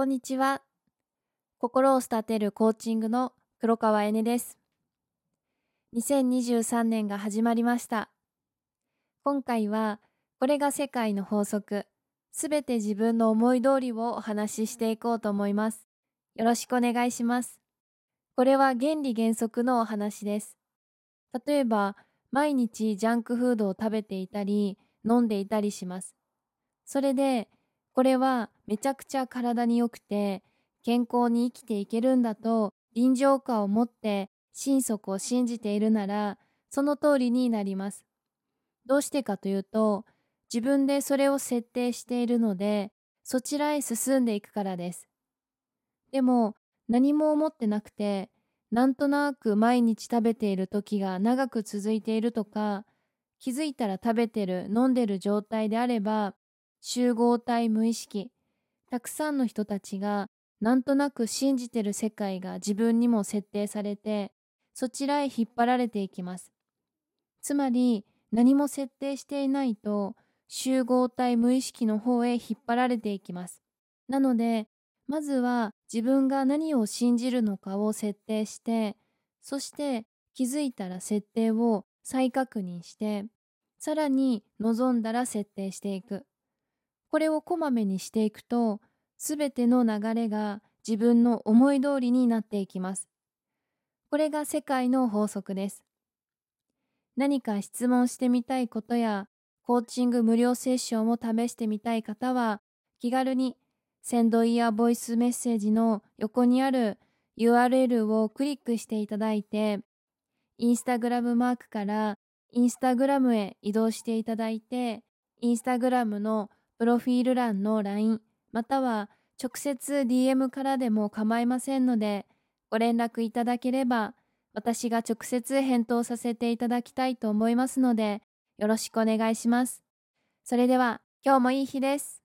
こんにちは。心を育てるコーチングの黒川えねです。2023年が始まりました。今回は、これが世界の法則、すべて自分の思い通りをお話ししていこうと思います。よろしくお願いします。これは原理原則のお話です。例えば、毎日ジャンクフードを食べていたり、飲んでいたりします。それで、これはめちゃくちゃ体に良くて、健康に生きていけるんだと臨場感を持って心底を信じているなら、その通りになります。どうしてかというと、自分でそれを設定しているので、そちらへ進んでいくからです。でも、何も思ってなくて、なんとなく毎日食べている時が長く続いているとか、気づいたら食べてる、飲んでる状態であれば、集合体無意識、たくさんの人たちがなんとなく信じてる世界が自分にも設定されて、そちらへ引っ張られていきます。つまり、何も設定していないと、集合体無意識の方へ引っ張られていきます。なので、まずは自分が何を信じるのかを設定して、そして気づいたら設定を再確認して、さらに望んだら設定していく。これをこまめにしていくと、すべての流れが自分の思い通りになっていきます。これが世界の法則です。何か質問してみたいことや、コーチング無料セッションを試してみたい方は、気軽にセンドイヤーボイスメッセージの横にある URL をクリックしていただいて、インスタグラムマークからインスタグラムへ移動していただいて、インスタグラムのプロフィール欄の LINE または直接 DM からでも構いませんので、ご連絡いただければ私が直接返答させていただきたいと思いますので、よろしくお願いします。それでは今日もいい日です。